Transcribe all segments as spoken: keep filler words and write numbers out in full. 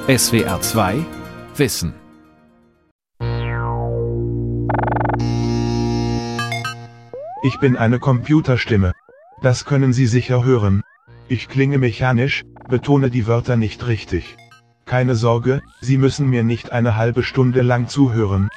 S W R zwei Wissen. Ich bin eine Computerstimme. Das können Sie sicher hören. Ich klinge mechanisch, betone die Wörter nicht richtig. Keine Sorge, Sie müssen mir nicht eine halbe Stunde lang zuhören.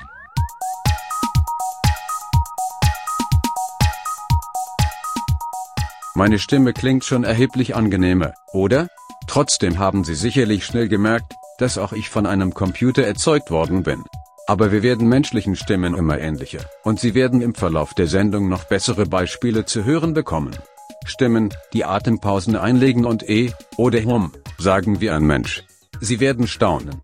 Meine Stimme klingt schon erheblich angenehmer, oder? Trotzdem haben Sie sicherlich schnell gemerkt, dass auch ich von einem Computer erzeugt worden bin. Aber wir werden menschlichen Stimmen immer ähnlicher, und Sie werden im Verlauf der Sendung noch bessere Beispiele zu hören bekommen. Stimmen, die Atempausen einlegen und eh oder hum sagen wie ein Mensch. Sie werden staunen.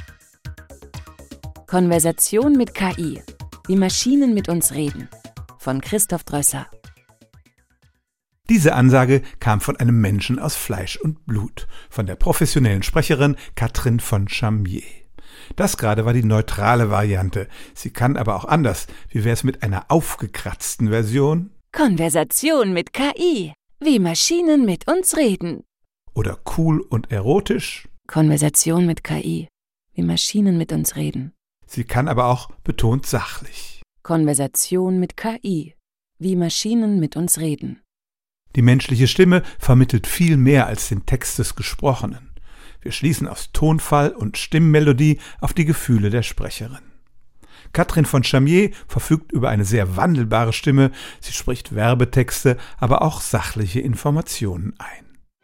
Konversation mit K I. Wie Maschinen mit uns reden. Von Christoph Drösser. Diese Ansage kam von einem Menschen aus Fleisch und Blut, von der professionellen Sprecherin Katrin von Chamier. Das gerade war die neutrale Variante. Sie kann aber auch anders. Wie wäre es mit einer aufgekratzten Version? Konversation mit K I. Wie Maschinen mit uns reden. Oder cool und erotisch? Konversation mit K I. Wie Maschinen mit uns reden. Sie kann aber auch betont sachlich. Konversation mit K I. Wie Maschinen mit uns reden. Die menschliche Stimme vermittelt viel mehr als den Text des Gesprochenen. Wir schließen aus Tonfall und Stimmmelodie auf die Gefühle der Sprecherin. Katrin von Chamier verfügt über eine sehr wandelbare Stimme. Sie spricht Werbetexte, aber auch sachliche Informationen ein.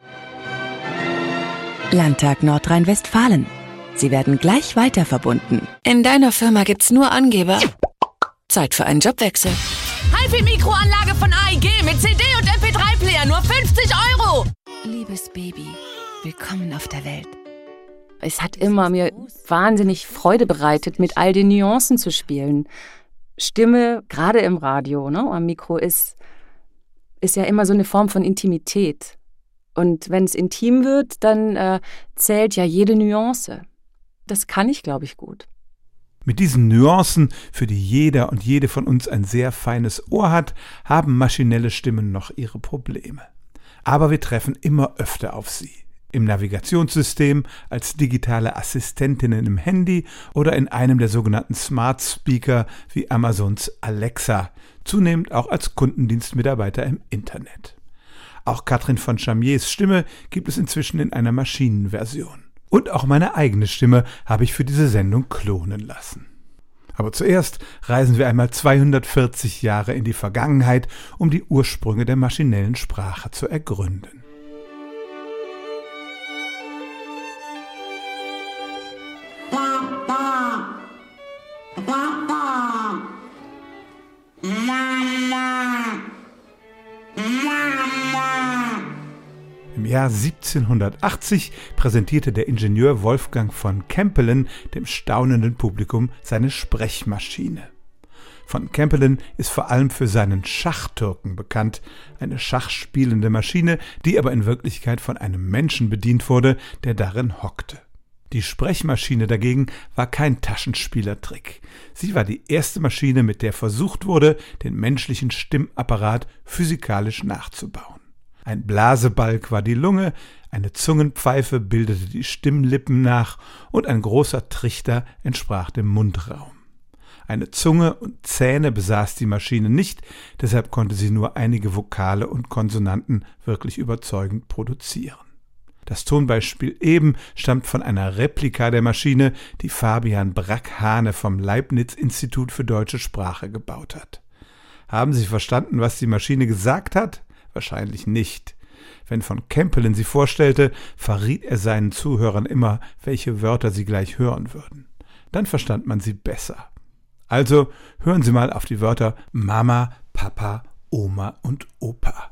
Landtag Nordrhein-Westfalen. Sie werden gleich weiter verbunden. In deiner Firma gibt's nur Angeber. Zeit für einen Jobwechsel. HiFi-Mikroanlage von A I G mit C D und M P drei Player, nur fünfzig Euro. Liebes Baby, willkommen auf der Welt. Es hat immer mir wahnsinnig Freude bereitet, mit all den Nuancen zu spielen. Stimme, gerade im Radio, ne, am Mikro, ist, ist ja immer so eine Form von Intimität. Und wenn es intim wird, dann äh, zählt ja jede Nuance. Das kann ich, glaube ich, gut. Mit diesen Nuancen, für die jeder und jede von uns ein sehr feines Ohr hat, haben maschinelle Stimmen noch ihre Probleme. Aber wir treffen immer öfter auf sie. Im Navigationssystem, als digitale Assistentinnen im Handy oder in einem der sogenannten Smart Speaker wie Amazons Alexa, zunehmend auch als Kundendienstmitarbeiter im Internet. Auch Katrin von Chamiers Stimme gibt es inzwischen in einer Maschinenversion. Und auch meine eigene Stimme habe ich für diese Sendung klonen lassen. Aber zuerst reisen wir einmal zweihundertvierzig Jahre in die Vergangenheit, um die Ursprünge der maschinellen Sprache zu ergründen. Im Jahr siebzehnhundertachtzig präsentierte der Ingenieur Wolfgang von Kempelen dem staunenden Publikum seine Sprechmaschine. Von Kempelen ist vor allem für seinen Schachtürken bekannt, eine schachspielende Maschine, die aber in Wirklichkeit von einem Menschen bedient wurde, der darin hockte. Die Sprechmaschine dagegen war kein Taschenspielertrick. Sie war die erste Maschine, mit der versucht wurde, den menschlichen Stimmapparat physikalisch nachzubauen. Ein Blasebalg war die Lunge, eine Zungenpfeife bildete die Stimmlippen nach und ein großer Trichter entsprach dem Mundraum. Eine Zunge und Zähne besaß die Maschine nicht, deshalb konnte sie nur einige Vokale und Konsonanten wirklich überzeugend produzieren. Das Tonbeispiel eben stammt von einer Replika der Maschine, die Fabian Brack-Hane vom Leibniz-Institut für deutsche Sprache gebaut hat. Haben Sie verstanden, was die Maschine gesagt hat? Wahrscheinlich nicht. Wenn von Kempelen sie vorstellte, verriet er seinen Zuhörern immer, welche Wörter sie gleich hören würden. Dann verstand man sie besser. Also hören Sie mal auf die Wörter Mama, Papa, Oma und Opa.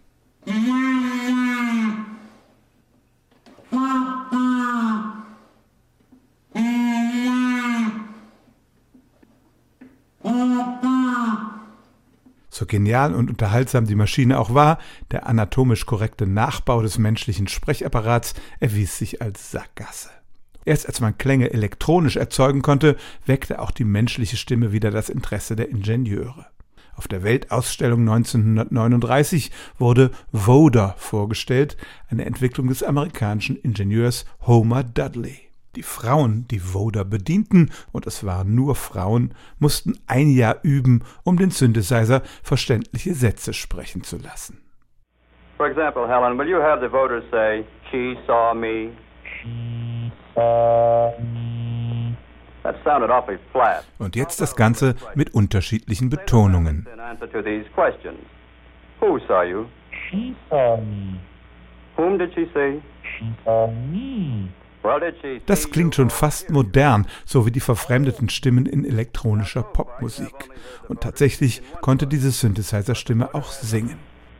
So genial und unterhaltsam die Maschine auch war, der anatomisch korrekte Nachbau des menschlichen Sprechapparats erwies sich als Sackgasse. Erst als man Klänge elektronisch erzeugen konnte, weckte auch die menschliche Stimme wieder das Interesse der Ingenieure. Auf der Weltausstellung neunzehnhundertneununddreißig wurde Voder vorgestellt, eine Entwicklung des amerikanischen Ingenieurs Homer Dudley. Die Frauen, die Voder bedienten, und es waren nur Frauen, mussten ein Jahr üben, um den Synthesizer verständliche Sätze sprechen zu lassen. For example, Helen, will you have the voters say, she saw me? She saw me. That sounded awfully flat. Und jetzt das Ganze mit unterschiedlichen Betonungen. In answer to these questions. Who saw you? She saw me. Whom did she see? She saw me. Das klingt schon fast modern, so wie die verfremdeten Stimmen in elektronischer Popmusik. Und tatsächlich konnte diese Synthesizer-Stimme auch singen.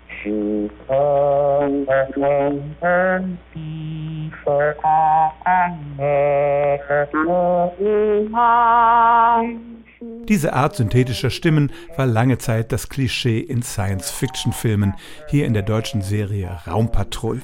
Diese Art synthetischer Stimmen war lange Zeit das Klischee in Science-Fiction-Filmen, hier in der deutschen Serie Raumpatrouille.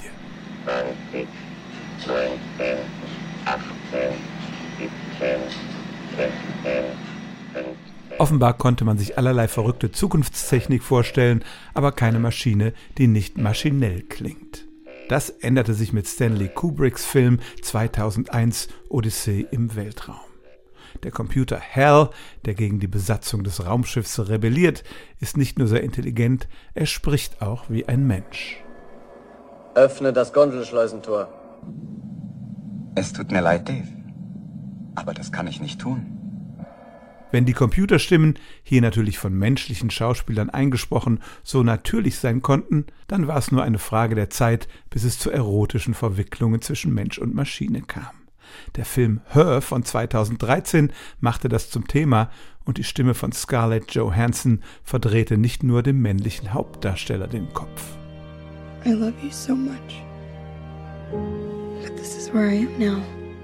Offenbar konnte man sich allerlei verrückte Zukunftstechnik vorstellen, aber keine Maschine, die nicht maschinell klingt. Das änderte sich mit Stanley Kubricks Film zweitausendeins Odyssee im Weltraum. Der Computer Hal, der gegen die Besatzung des Raumschiffs rebelliert, ist nicht nur sehr intelligent, er spricht auch wie ein Mensch. Öffne das Gondelschleusentor. Es tut mir leid, Dave. Aber das kann ich nicht tun. Wenn die Computerstimmen, hier natürlich von menschlichen Schauspielern eingesprochen, so natürlich sein konnten, dann war es nur eine Frage der Zeit, bis es zu erotischen Verwicklungen zwischen Mensch und Maschine kam. Der Film Her von zweitausenddreizehn machte das zum Thema und die Stimme von Scarlett Johansson verdrehte nicht nur dem männlichen Hauptdarsteller den Kopf. I love you so much. But this is where I am now.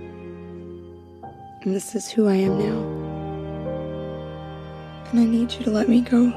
And this is who I am now. And I need you to let me go.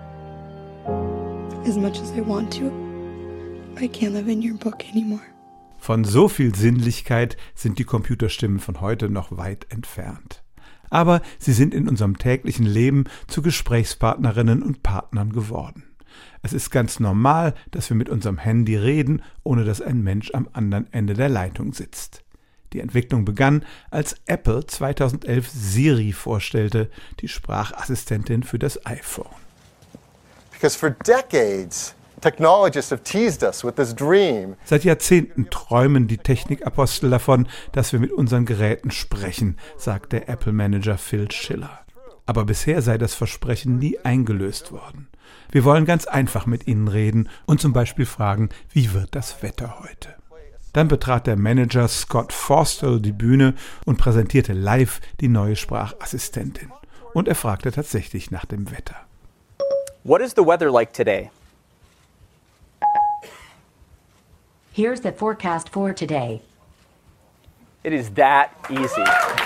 As much as I want to, I can't live in your book anymore. Von so viel Sinnlichkeit sind die Computerstimmen von heute noch weit entfernt. Aber sie sind in unserem täglichen Leben zu Gesprächspartnerinnen und Partnern geworden. Es ist ganz normal, dass wir mit unserem Handy reden, ohne dass ein Mensch am anderen Ende der Leitung sitzt. Die Entwicklung begann, als Apple zweitausendelf Siri vorstellte, die Sprachassistentin für das iPhone. Because for decades, technologists have teased us with this dream. Seit Jahrzehnten träumen die Technikapostel davon, dass wir mit unseren Geräten sprechen, sagt der Apple-Manager Phil Schiller. Aber bisher sei das Versprechen nie eingelöst worden. Wir wollen ganz einfach mit ihnen reden und zum Beispiel fragen, wie wird das Wetter heute? Dann betrat der Manager Scott Forstall die Bühne und präsentierte live die neue Sprachassistentin. Und er fragte tatsächlich nach dem Wetter. What is the weather like today? Here's the forecast for today. It is that easy.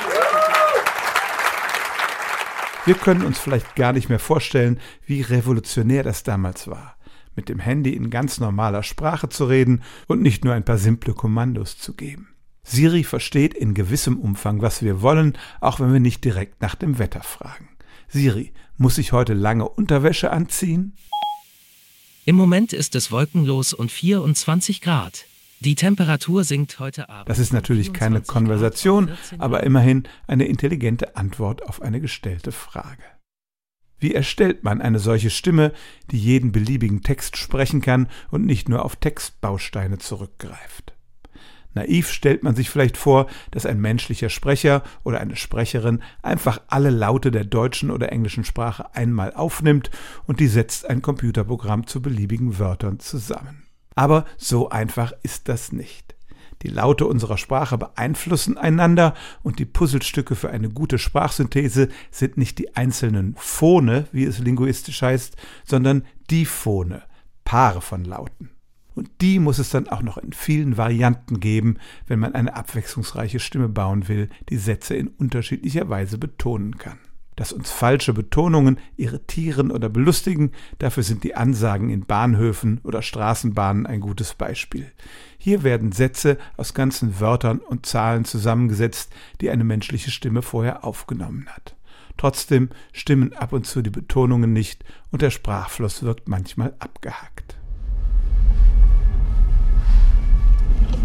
Wir können uns vielleicht gar nicht mehr vorstellen, wie revolutionär das damals war, mit dem Handy in ganz normaler Sprache zu reden und nicht nur ein paar simple Kommandos zu geben. Siri versteht in gewissem Umfang, was wir wollen, auch wenn wir nicht direkt nach dem Wetter fragen. Siri, muss ich heute lange Unterwäsche anziehen? Im Moment ist es wolkenlos und vierundzwanzig Grad. Die Temperatur sinkt heute Abend. Das ist natürlich keine Konversation, aber immerhin eine intelligente Antwort auf eine gestellte Frage. Wie erstellt man eine solche Stimme, die jeden beliebigen Text sprechen kann und nicht nur auf Textbausteine zurückgreift? Naiv stellt man sich vielleicht vor, dass ein menschlicher Sprecher oder eine Sprecherin einfach alle Laute der deutschen oder englischen Sprache einmal aufnimmt und die setzt ein Computerprogramm zu beliebigen Wörtern zusammen. Aber so einfach ist das nicht. Die Laute unserer Sprache beeinflussen einander und die Puzzlestücke für eine gute Sprachsynthese sind nicht die einzelnen Phone, wie es linguistisch heißt, sondern Diphone, Paare von Lauten. Und die muss es dann auch noch in vielen Varianten geben, wenn man eine abwechslungsreiche Stimme bauen will, die Sätze in unterschiedlicher Weise betonen kann. Dass uns falsche Betonungen irritieren oder belustigen, dafür sind die Ansagen in Bahnhöfen oder Straßenbahnen ein gutes Beispiel. Hier werden Sätze aus ganzen Wörtern und Zahlen zusammengesetzt, die eine menschliche Stimme vorher aufgenommen hat. Trotzdem stimmen ab und zu die Betonungen nicht und der Sprachfluss wirkt manchmal abgehackt.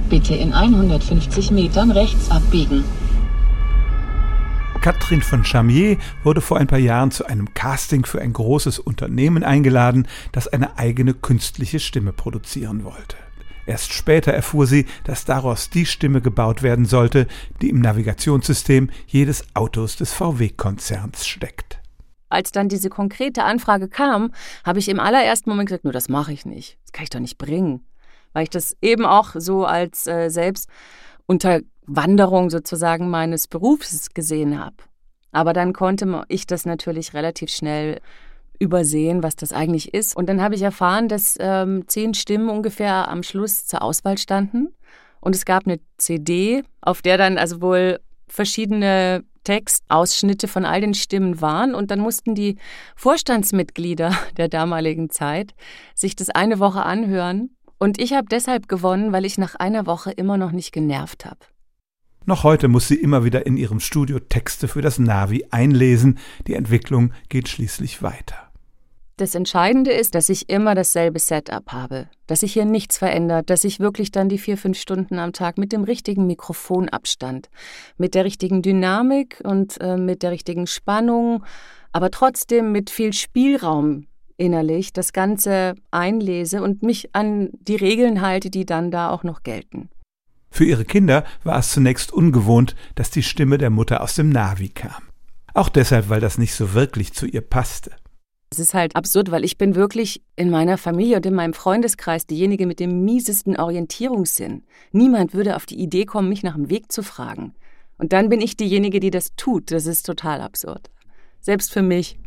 Bitte in hundertfünfzig Metern rechts abbiegen. Catherine von Chamier wurde vor ein paar Jahren zu einem Casting für ein großes Unternehmen eingeladen, das eine eigene künstliche Stimme produzieren wollte. Erst später erfuhr sie, dass daraus die Stimme gebaut werden sollte, die im Navigationssystem jedes Autos des V W-Konzerns steckt. Als dann diese konkrete Anfrage kam, habe ich im allerersten Moment gesagt, nur das mache ich nicht, das kann ich doch nicht bringen. Weil ich das eben auch so als äh, selbst Unterwanderung sozusagen meines Berufs gesehen habe. Aber dann konnte ich das natürlich relativ schnell übersehen, was das eigentlich ist. Und dann habe ich erfahren, dass ähm, zehn Stimmen ungefähr am Schluss zur Auswahl standen. Und es gab eine C D, auf der dann also wohl verschiedene Textausschnitte von all den Stimmen waren. Und dann mussten die Vorstandsmitglieder der damaligen Zeit sich das eine Woche anhören. Und ich habe deshalb gewonnen, weil ich nach einer Woche immer noch nicht genervt habe. Noch heute muss sie immer wieder in ihrem Studio Texte für das Navi einlesen. Die Entwicklung geht schließlich weiter. Das Entscheidende ist, dass ich immer dasselbe Setup habe, dass sich hier nichts verändert, dass ich wirklich dann die vier, fünf Stunden am Tag mit dem richtigen Mikrofonabstand, mit der richtigen Dynamik und äh, mit der richtigen Spannung, aber trotzdem mit viel Spielraum innerlich das Ganze einlese und mich an die Regeln halte, die dann da auch noch gelten. Für ihre Kinder war es zunächst ungewohnt, dass die Stimme der Mutter aus dem Navi kam. Auch deshalb, weil das nicht so wirklich zu ihr passte. Es ist halt absurd, weil ich bin wirklich in meiner Familie und in meinem Freundeskreis diejenige mit dem miesesten Orientierungssinn. Niemand würde auf die Idee kommen, mich nach dem Weg zu fragen. Und dann bin ich diejenige, die das tut. Das ist total absurd. Selbst für mich.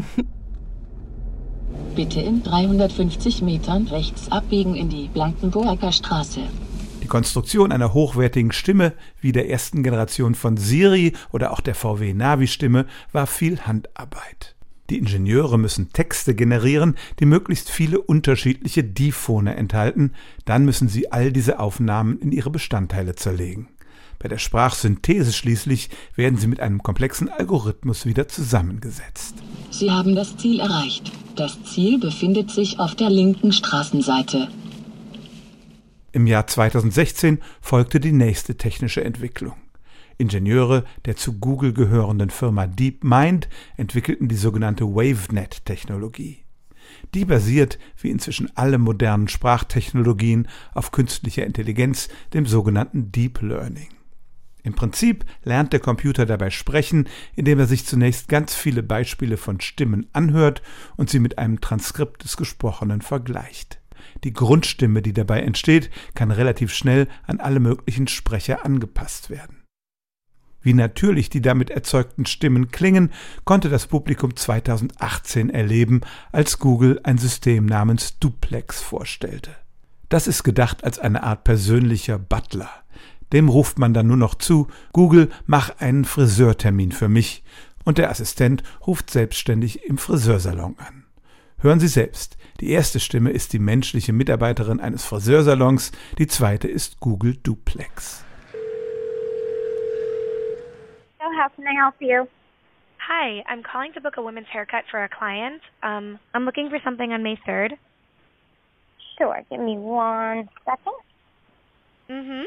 Bitte in dreihundertfünfzig Metern rechts abbiegen in die Blankenburger Straße. Die Konstruktion einer hochwertigen Stimme wie der ersten Generation von Siri oder auch der V W-Navi-Stimme war viel Handarbeit. Die Ingenieure müssen Texte generieren, die möglichst viele unterschiedliche Diphone enthalten. Dann müssen sie all diese Aufnahmen in ihre Bestandteile zerlegen. Bei der Sprachsynthese schließlich werden sie mit einem komplexen Algorithmus wieder zusammengesetzt. Sie haben das Ziel erreicht. Das Ziel befindet sich auf der linken Straßenseite. Im Jahr zweitausendsechzehn folgte die nächste technische Entwicklung. Ingenieure der zu Google gehörenden Firma DeepMind entwickelten die sogenannte WaveNet-Technologie. Die basiert, wie inzwischen alle modernen Sprachtechnologien, auf künstlicher Intelligenz, dem sogenannten Deep Learning. Im Prinzip lernt der Computer dabei sprechen, indem er sich zunächst ganz viele Beispiele von Stimmen anhört und sie mit einem Transkript des Gesprochenen vergleicht. Die Grundstimme, die dabei entsteht, kann relativ schnell an alle möglichen Sprecher angepasst werden. Wie natürlich die damit erzeugten Stimmen klingen, konnte das Publikum zweitausendachtzehn erleben, als Google ein System namens Duplex vorstellte. Das ist gedacht als eine Art persönlicher Butler. Dem ruft man dann nur noch zu: Google, mach einen Friseurtermin für mich. Und der Assistent ruft selbstständig im Friseursalon an. Hören Sie selbst, die erste Stimme ist die menschliche Mitarbeiterin eines Friseursalons, die zweite ist Google Duplex. So how can I help you? Hi, I'm calling to book a women's haircut for a client. Um, I'm looking for something on May third. Sure, give me one second. Mhm.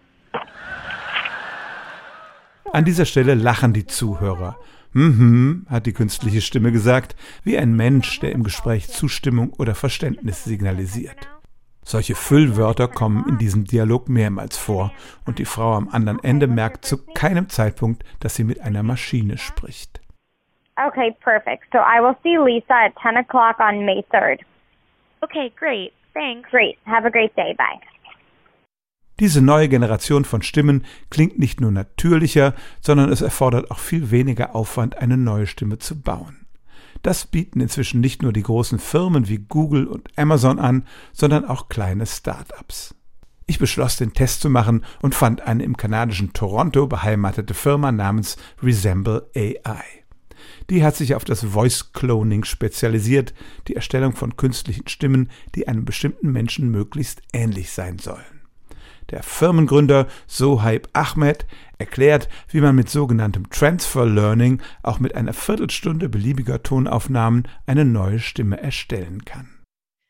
An dieser Stelle lachen die Zuhörer. Mhm, hat die künstliche Stimme gesagt, wie ein Mensch, der im Gespräch Zustimmung oder Verständnis signalisiert. Solche Füllwörter kommen in diesem Dialog mehrmals vor und die Frau am anderen Ende merkt zu keinem Zeitpunkt, dass sie mit einer Maschine spricht. Okay, perfect. So I will see Lisa at ten o'clock on May third. Okay, great. Thanks. Great. Have a great day. Bye. Diese neue Generation von Stimmen klingt nicht nur natürlicher, sondern es erfordert auch viel weniger Aufwand, eine neue Stimme zu bauen. Das bieten inzwischen nicht nur die großen Firmen wie Google und Amazon an, sondern auch kleine Start-ups. Ich beschloss, den Test zu machen und fand eine im kanadischen Toronto beheimatete Firma namens Resemble A I. Die hat sich auf das Voice Cloning spezialisiert, die Erstellung von künstlichen Stimmen, die einem bestimmten Menschen möglichst ähnlich sein sollen. Der Firmengründer Sohaib Ahmed erklärt, wie man mit sogenanntem Transfer Learning auch mit einer Viertelstunde beliebiger Tonaufnahmen eine neue Stimme erstellen kann.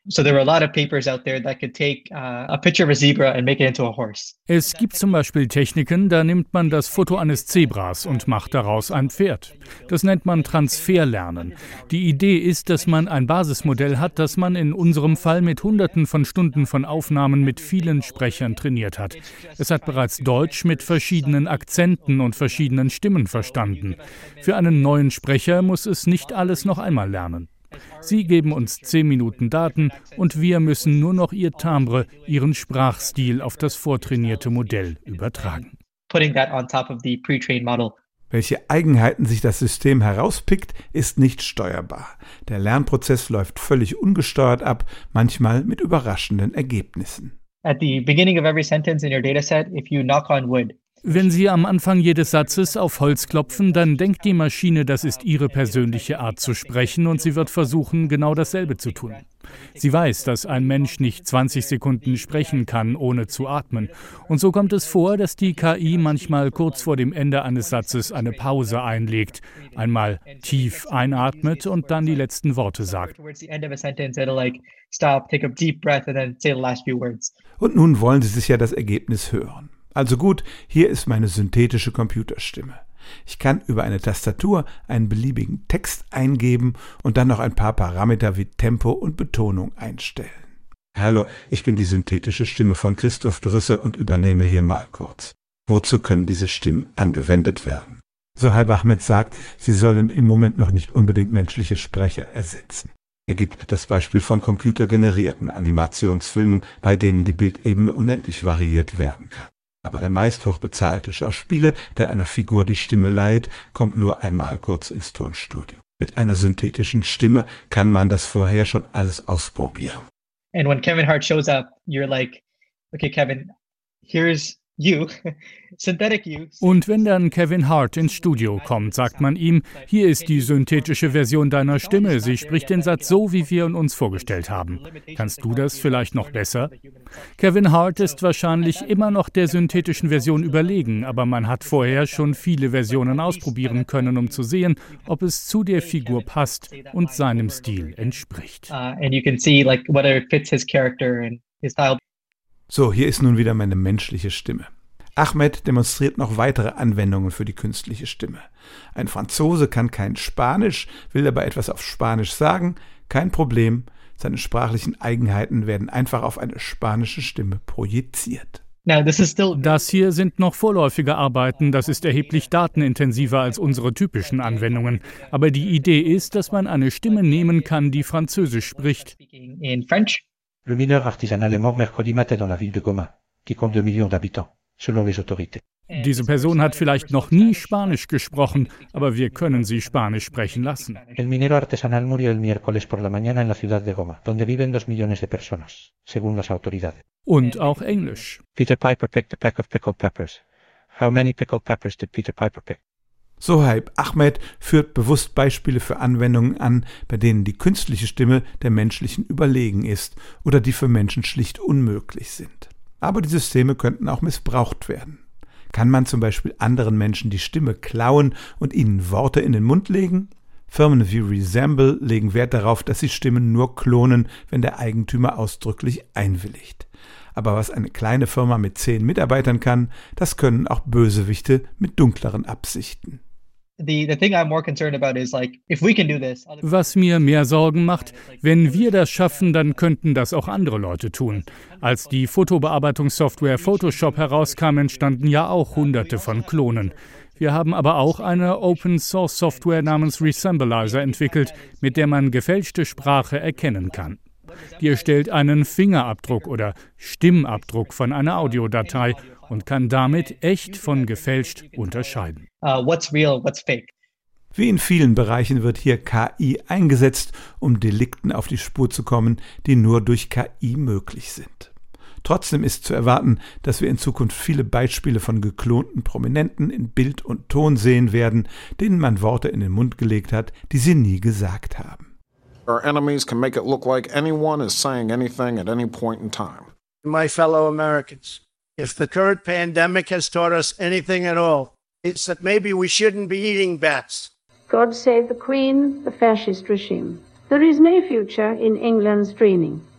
So there were a lot of papers out there that could take uh, a picture of a zebra and make it into a horse. Es gibt zum Beispiel Techniken, da nimmt man das Foto eines Zebras und macht daraus ein Pferd. Das nennt man Transferlernen. Die Idee ist, dass man ein Basismodell hat, das man in unserem Fall mit Hunderten von Stunden von Aufnahmen mit vielen Sprechern trainiert hat. Es hat bereits Deutsch mit verschiedenen Akzenten und verschiedenen Stimmen verstanden. Für einen neuen Sprecher muss es nicht alles noch einmal lernen. Sie geben uns zehn Minuten Daten und wir müssen nur noch ihr Timbre, ihren Sprachstil auf das vortrainierte Modell übertragen. Putting that on top of the pre-trained model. Welche Eigenheiten sich das System herauspickt, ist nicht steuerbar. Der Lernprozess läuft völlig ungesteuert ab, manchmal mit überraschenden Ergebnissen. At the beginning of every sentence in your dataset, if you knock on wood, wenn Sie am Anfang jedes Satzes auf Holz klopfen, dann denkt die Maschine, das ist Ihre persönliche Art zu sprechen und sie wird versuchen, genau dasselbe zu tun. Sie weiß, dass ein Mensch nicht zwanzig Sekunden sprechen kann, ohne zu atmen. Und so kommt es vor, dass die K I manchmal kurz vor dem Ende eines Satzes eine Pause einlegt, einmal tief einatmet und dann die letzten Worte sagt. Und nun wollen Sie sich ja das Ergebnis hören. Also gut, hier ist meine synthetische Computerstimme. Ich kann über eine Tastatur einen beliebigen Text eingeben und dann noch ein paar Parameter wie Tempo und Betonung einstellen. Hallo, ich bin die synthetische Stimme von Christoph Drüsse und übernehme hier mal kurz. Wozu können diese Stimmen angewendet werden? Sohaib Ahmed sagt, sie sollen im Moment noch nicht unbedingt menschliche Sprecher ersetzen. Er gibt das Beispiel von computergenerierten Animationsfilmen, bei denen die Bildebene unendlich variiert werden kann. Aber der meist hochbezahlte Schauspieler, der einer Figur die Stimme leiht, kommt nur einmal kurz ins Tonstudio. Mit einer synthetischen Stimme kann man das vorher schon alles ausprobieren. And when Kevin Hart shows up, you're like, okay, Kevin, here's you, synthetic you. Und wenn dann Kevin Hart ins Studio kommt, sagt man ihm, hier ist die synthetische Version deiner Stimme. Sie spricht den Satz so, wie wir ihn uns vorgestellt haben. Kannst du das vielleicht noch besser? Kevin Hart ist wahrscheinlich immer noch der synthetischen Version überlegen, aber man hat vorher schon viele Versionen ausprobieren können, um zu sehen, ob es zu der Figur passt und seinem Stil entspricht. And you can see like whether it fits his character and his style. So, hier ist nun wieder meine menschliche Stimme. Ahmed demonstriert noch weitere Anwendungen für die künstliche Stimme. Ein Franzose kann kein Spanisch, will aber etwas auf Spanisch sagen. Kein Problem, seine sprachlichen Eigenheiten werden einfach auf eine spanische Stimme projiziert. Das hier sind noch vorläufige Arbeiten, das ist erheblich datenintensiver als unsere typischen Anwendungen. Aber die Idee ist, dass man eine Stimme nehmen kann, die Französisch spricht. Le mineur artisanal est mort mercredi matin dans la ville de Goma, qui compte deux millions d'habitants, selon les autorités. Diese Person hat vielleicht noch nie Spanisch gesprochen, aber wir können sie Spanisch sprechen lassen. El minero artesanal murió el miércoles por la mañana en la ciudad de Goma, donde viven dos millones de personas, según las autoridades. Und auch Englisch. Peter Piper picked a peck of pickled peppers. How many pickled peppers did Peter Piper pick? Sohaib Ahmed führt bewusst Beispiele für Anwendungen an, bei denen die künstliche Stimme der menschlichen überlegen ist oder die für Menschen schlicht unmöglich sind. Aber die Systeme könnten auch missbraucht werden. Kann man zum Beispiel anderen Menschen die Stimme klauen und ihnen Worte in den Mund legen? Firmen wie Resemble legen Wert darauf, dass sie Stimmen nur klonen, wenn der Eigentümer ausdrücklich einwilligt. Aber was eine kleine Firma mit zehn Mitarbeitern kann, das können auch Bösewichte mit dunkleren Absichten. Was mir mehr Sorgen macht, wenn wir das schaffen, dann könnten das auch andere Leute tun. Als die Fotobearbeitungssoftware Photoshop herauskam, entstanden ja auch hunderte von Klonen. Wir haben aber auch eine Open-Source-Software namens Resembleizer entwickelt, mit der man gefälschte Sprache erkennen kann. Die erstellt einen Fingerabdruck oder Stimmabdruck von einer Audiodatei und kann damit echt von gefälscht unterscheiden. Uh, what's real, what's fake? Wie in vielen Bereichen wird hier K I eingesetzt, um Delikten auf die Spur zu kommen, die nur durch K I möglich sind. Trotzdem ist zu erwarten, dass wir in Zukunft viele Beispiele von geklonten Prominenten in Bild und Ton sehen werden, denen man Worte in den Mund gelegt hat, die sie nie gesagt haben. Our enemies can make it look like anyone is saying anything at any point in time. My fellow Americans, if the current pandemic has taught us anything at all, it's that maybe we shouldn't be eating bats. God save the Queen, the fascist regime. There is no future in England's dreaming.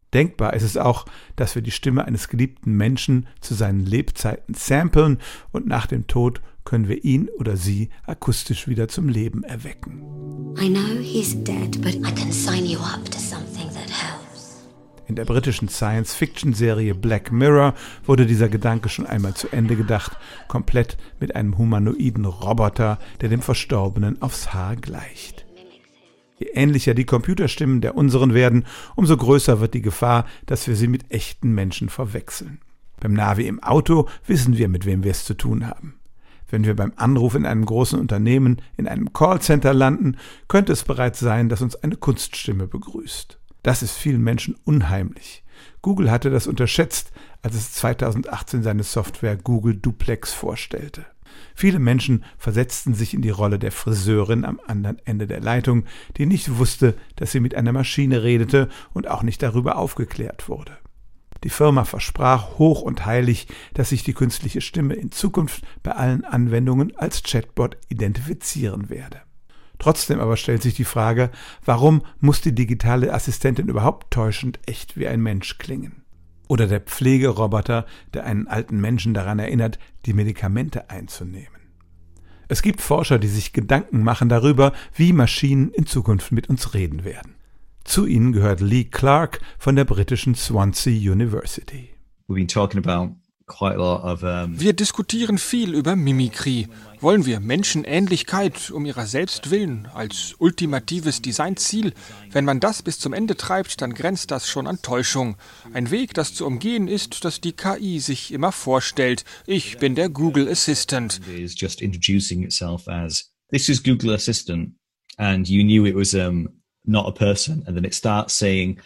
Denkbar ist es auch, dass wir die Stimme eines geliebten Menschen zu seinen Lebzeiten samplen und nach dem Tod können wir ihn oder sie akustisch wieder zum Leben erwecken. I know he's dead, but I can sign you up to something that helps. In der britischen Science-Fiction-Serie Black Mirror wurde dieser Gedanke schon einmal zu Ende gedacht, komplett mit einem humanoiden Roboter, der dem Verstorbenen aufs Haar gleicht. Je ähnlicher die Computerstimmen der unseren werden, umso größer wird die Gefahr, dass wir sie mit echten Menschen verwechseln. Beim Navi im Auto wissen wir, mit wem wir es zu tun haben. Wenn wir beim Anruf in einem großen Unternehmen in einem Callcenter landen, könnte es bereits sein, dass uns eine Kunststimme begrüßt. Das ist vielen Menschen unheimlich. Google hatte das unterschätzt, als es zweitausendachtzehn seine Software Google Duplex vorstellte. Viele Menschen versetzten sich in die Rolle der Friseurin am anderen Ende der Leitung, die nicht wusste, dass sie mit einer Maschine redete und auch nicht darüber aufgeklärt wurde. Die Firma versprach hoch und heilig, dass sich die künstliche Stimme in Zukunft bei allen Anwendungen als Chatbot identifizieren werde. Trotzdem aber stellt sich die Frage, warum muss die digitale Assistentin überhaupt täuschend echt wie ein Mensch klingen? Oder der Pflegeroboter, der einen alten Menschen daran erinnert, die Medikamente einzunehmen. Es gibt Forscher, die sich Gedanken machen darüber, wie Maschinen in Zukunft mit uns reden werden. Zu ihnen gehört Lee Clark von der britischen Swansea University. We've been talking about quite a lot of, um Wir diskutieren viel über Mimikry. Wollen wir Menschenähnlichkeit um ihrer selbst willen als ultimatives Designziel? Wenn man das bis zum Ende treibt, dann grenzt das schon an Täuschung. Ein Weg, das zu umgehen ist, dass die K I sich immer vorstellt. Ich bin der Google Assistant. is just introducing itself as this is Google Assistant, and you knew it was um not a person, and then it starts saying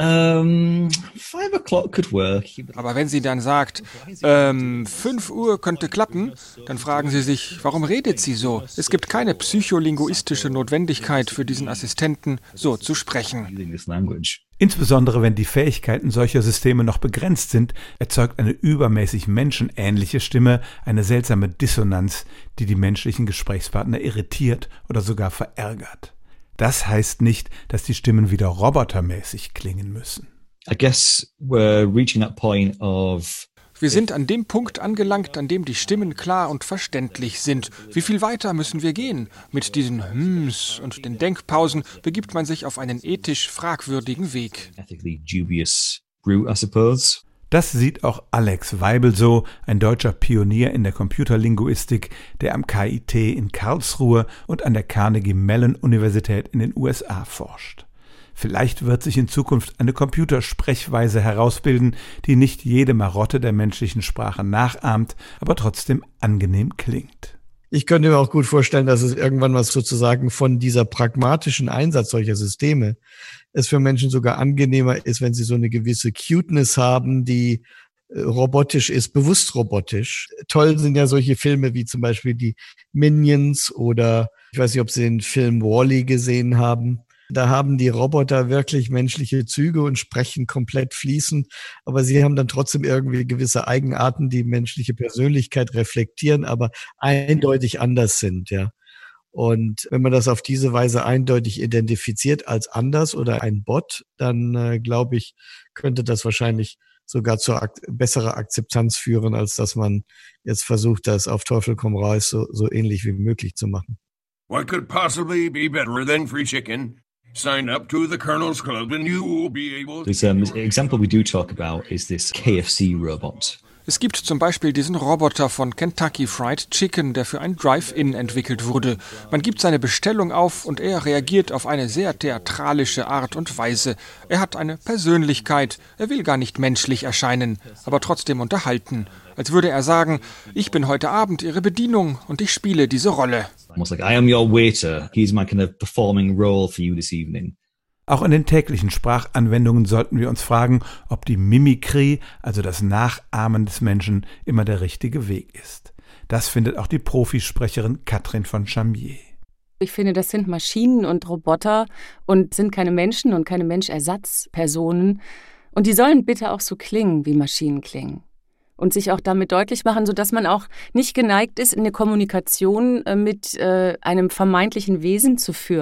Um, five o'clock could work. Aber wenn sie dann sagt, ähm, fünf Uhr könnte klappen, dann fragen sie sich, warum redet sie so? Es gibt keine psycholinguistische Notwendigkeit für diesen Assistenten, so zu sprechen. Insbesondere wenn die Fähigkeiten solcher Systeme noch begrenzt sind, erzeugt eine übermäßig menschenähnliche Stimme eine seltsame Dissonanz, die die menschlichen Gesprächspartner irritiert oder sogar verärgert. Das heißt nicht, dass die Stimmen wieder robotermäßig klingen müssen. I guess we're reaching that point of Wir sind an dem Punkt angelangt, an dem die Stimmen klar und verständlich sind. Wie viel weiter müssen wir gehen? Mit diesen Hms und den Denkpausen begibt man sich auf einen ethisch fragwürdigen Weg. ethically dubious route, I suppose. Das sieht auch Alex Weibel so, ein deutscher Pionier in der Computerlinguistik, der am K I T in Karlsruhe und an der Carnegie Mellon Universität in den U S A forscht. Vielleicht wird sich in Zukunft eine Computersprechweise herausbilden, die nicht jede Marotte der menschlichen Sprache nachahmt, aber trotzdem angenehm klingt. Ich könnte mir auch gut vorstellen, dass es irgendwann mal sozusagen von dieser pragmatischen Einsatz solcher Systeme es für Menschen sogar angenehmer ist, wenn sie so eine gewisse Cuteness haben, die äh, robotisch ist, bewusst robotisch. Toll sind ja solche Filme wie zum Beispiel die Minions oder ich weiß nicht, ob Sie den Film Wall-E gesehen haben. Da haben die Roboter wirklich menschliche Züge und sprechen komplett fließend, aber sie haben dann trotzdem irgendwie gewisse Eigenarten, die menschliche Persönlichkeit reflektieren, aber eindeutig anders sind, ja. Und wenn man das auf diese Weise eindeutig identifiziert als anders oder ein Bot, dann äh, glaube ich, könnte das wahrscheinlich sogar zur ak- besserer Akzeptanz führen, als dass man jetzt versucht, das auf Teufel komm raus so, so ähnlich wie möglich zu machen. What could possibly be better than free chicken? Sign up to the Colonel's Club and you will be able to... There's um, an example we do talk about is this K F C robot. Es gibt zum Beispiel diesen Roboter von Kentucky Fried Chicken, der für ein Drive-In entwickelt wurde. Man gibt seine Bestellung auf und er reagiert auf eine sehr theatralische Art und Weise. Er hat eine Persönlichkeit, er will gar nicht menschlich erscheinen, aber trotzdem unterhalten. Als würde er sagen, ich bin heute Abend Ihre Bedienung und ich spiele diese Rolle. Almost like, I am your waiter. He's my kind of performing role for you this evening. Auch in den täglichen Sprachanwendungen sollten wir uns fragen, ob die Mimikry, also das Nachahmen des Menschen, immer der richtige Weg ist. Das findet auch die Profisprecherin Katrin von Chamier. Ich finde, das sind Maschinen und Roboter und sind keine Menschen und keine Menschersatzpersonen. Und die sollen bitte auch so klingen, wie Maschinen klingen. Und sich auch damit deutlich machen, sodass man auch nicht geneigt ist, eine Kommunikation mit äh, einem vermeintlichen Wesen zu führen.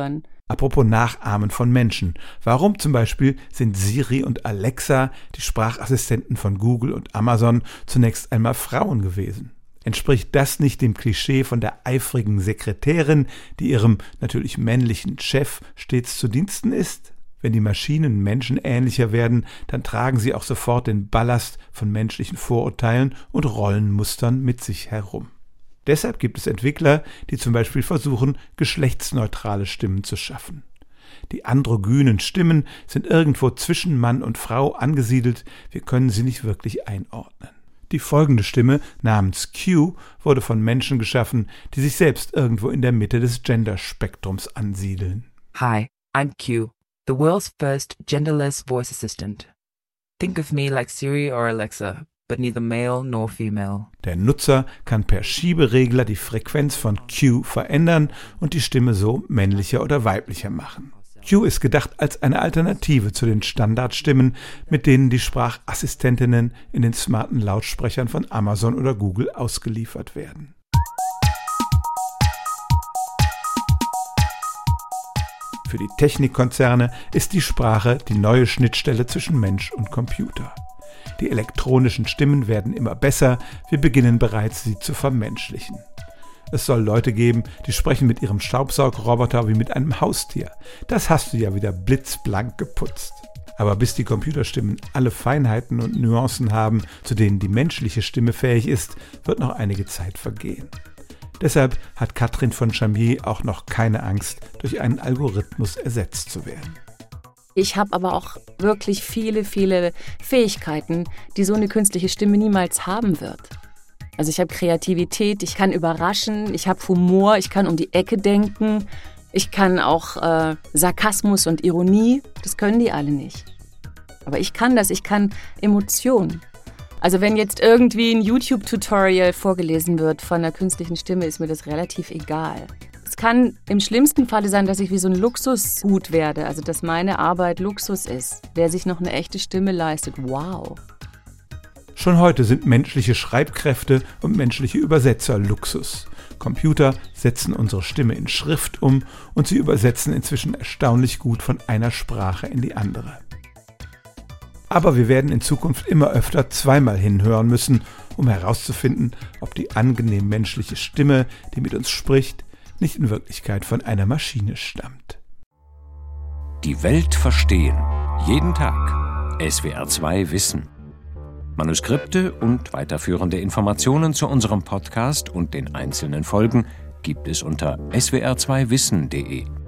Apropos Nachahmen von Menschen. Warum zum Beispiel sind Siri und Alexa, die Sprachassistenten von Google und Amazon, zunächst einmal Frauen gewesen? Entspricht das nicht dem Klischee von der eifrigen Sekretärin, die ihrem natürlich männlichen Chef stets zu Diensten ist? Wenn die Maschinen menschenähnlicher werden, dann tragen sie auch sofort den Ballast von menschlichen Vorurteilen und Rollenmustern mit sich herum. Deshalb gibt es Entwickler, die zum Beispiel versuchen, geschlechtsneutrale Stimmen zu schaffen. Die androgynen Stimmen sind irgendwo zwischen Mann und Frau angesiedelt, wir können sie nicht wirklich einordnen. Die folgende Stimme namens Q wurde von Menschen geschaffen, die sich selbst irgendwo in der Mitte des Genderspektrums ansiedeln. Hi, I'm Q, the world's first genderless voice assistant. Think of me like Siri or Alexa, but neither male nor female. Der Nutzer kann per Schieberegler die Frequenz von Q verändern und die Stimme so männlicher oder weiblicher machen. Q ist gedacht als eine Alternative zu den Standardstimmen, mit denen die Sprachassistentinnen in den smarten Lautsprechern von Amazon oder Google ausgeliefert werden. Für die Technikkonzerne ist die Sprache die neue Schnittstelle zwischen Mensch und Computer. Die elektronischen Stimmen werden immer besser, wir beginnen bereits, sie zu vermenschlichen. Es soll Leute geben, die sprechen mit ihrem Staubsaugroboter wie mit einem Haustier. Das hast du ja wieder blitzblank geputzt. Aber bis die Computerstimmen alle Feinheiten und Nuancen haben, zu denen die menschliche Stimme fähig ist, wird noch einige Zeit vergehen. Deshalb hat Katrin von Chamier auch noch keine Angst, durch einen Algorithmus ersetzt zu werden. Ich habe aber auch wirklich viele, viele Fähigkeiten, die so eine künstliche Stimme niemals haben wird. Also ich habe Kreativität, ich kann überraschen, ich habe Humor, ich kann um die Ecke denken, ich kann auch äh, Sarkasmus und Ironie, das können die alle nicht. Aber ich kann das, ich kann Emotionen. Also wenn jetzt irgendwie ein YouTube-Tutorial vorgelesen wird von einer künstlichen Stimme, ist mir das relativ egal. Es kann im schlimmsten Falle sein, dass ich wie so ein Luxusgut werde, also dass meine Arbeit Luxus ist. Wer sich noch eine echte Stimme leistet, wow. Schon heute sind menschliche Schreibkräfte und menschliche Übersetzer Luxus. Computer setzen unsere Stimme in Schrift um und sie übersetzen inzwischen erstaunlich gut von einer Sprache in die andere. Aber wir werden in Zukunft immer öfter zweimal hinhören müssen, um herauszufinden, ob die angenehm menschliche Stimme, die mit uns spricht, nicht in Wirklichkeit von einer Maschine stammt. Die Welt verstehen. Jeden Tag. S W R zwei Wissen. Manuskripte und weiterführende Informationen zu unserem Podcast und den einzelnen Folgen gibt es unter s w r zwei wissen punkt de.